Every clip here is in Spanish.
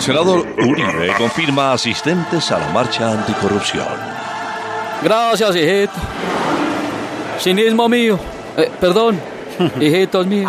senador Uribe confirma asistentes a la marcha anticorrupción. Gracias, hijito. Cinismo mío. Perdón, hijitos míos.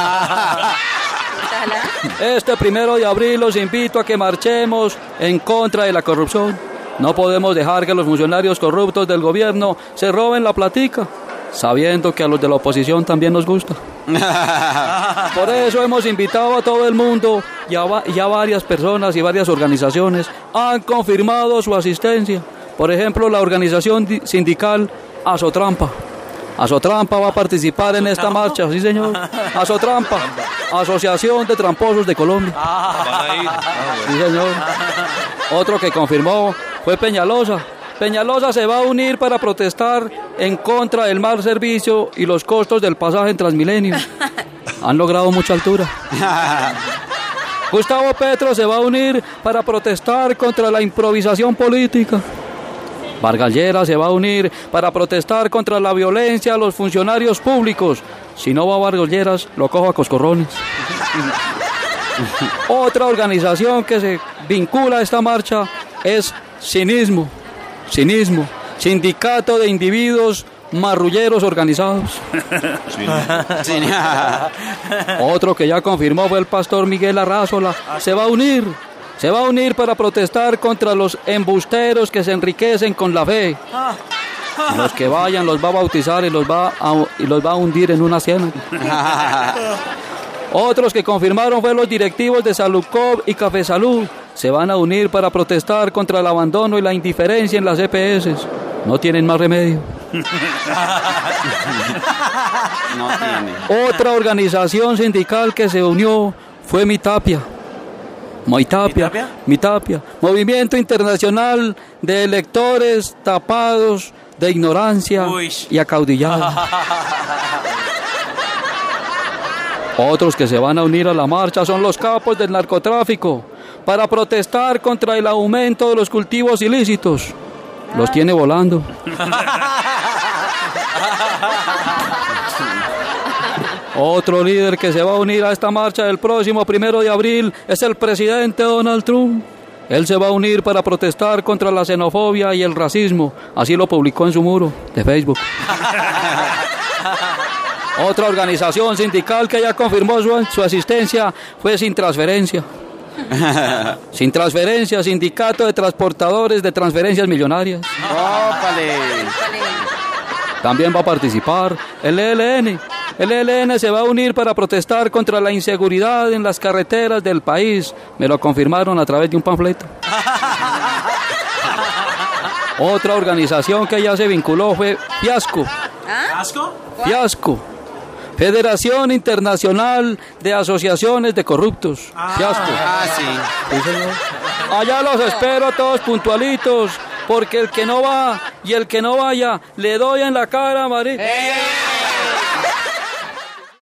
Este 1 de abril los invito a que marchemos en contra de la corrupción. No podemos dejar que los funcionarios corruptos del gobierno se roben la platica, sabiendo que a los de la oposición también nos gusta. Por eso hemos invitado a todo el mundo y a varias personas y varias organizaciones han confirmado su asistencia. Por ejemplo, la organización sindical Azotrampa. Azotrampa va a participar en esta marcha, sí señor. Azotrampa, Asociación de Tramposos de Colombia. Sí señor. Otro que confirmó fue Peñalosa. Peñalosa se va a unir para protestar en contra del mal servicio y los costos del pasaje en Transmilenio. Han logrado mucha altura. Gustavo Petro se va a unir para protestar contra la improvisación política. Vargas Lleras se va a unir para protestar contra la violencia a los funcionarios públicos. Si no va Vargas Lleras, lo cojo a coscorrones. Otra organización que se vincula a esta marcha es Cinismo, Sindicato de Individuos Marrulleros Organizados. Otro que ya confirmó fue el pastor Miguel Arrázola. Se va a unir para protestar contra los embusteros que se enriquecen con la fe. Los que vayan los va a bautizar y los va a hundir en una ciénaga. Otros que confirmaron fueron los directivos de Saludcop y Café Salud. Se van a unir para protestar contra el abandono y la indiferencia en las EPS. No tienen más remedio. No tiene. Otra organización sindical que se unió fue Mitapia. Movimiento Internacional de Electores Tapados de Ignorancia y Acaudillados. Otros que se van a unir a la marcha son los capos del narcotráfico para protestar contra el aumento de los cultivos ilícitos. Los tiene volando. Otro líder que se va a unir a esta marcha el próximo 1 de abril es el presidente Donald Trump. Él se va a unir para protestar contra la xenofobia y el racismo. Así lo publicó en su muro de Facebook. Otra organización sindical que ya confirmó su asistencia fue Sin Transferencia. Sin Transferencia, Sindicato de Transportadores de Transferencias Millonarias. ¡Ópale! También va a participar el ELN. El ELN se va a unir para protestar contra la inseguridad en las carreteras del país. Me lo confirmaron a través de un panfleto. Otra organización que ya se vinculó fue Fiasco. Fiasco. Federación Internacional de Asociaciones de Corruptos. Fiasco. Sí. Allá los espero todos puntualitos, porque el que no va y el que no vaya, le doy en la cara, María.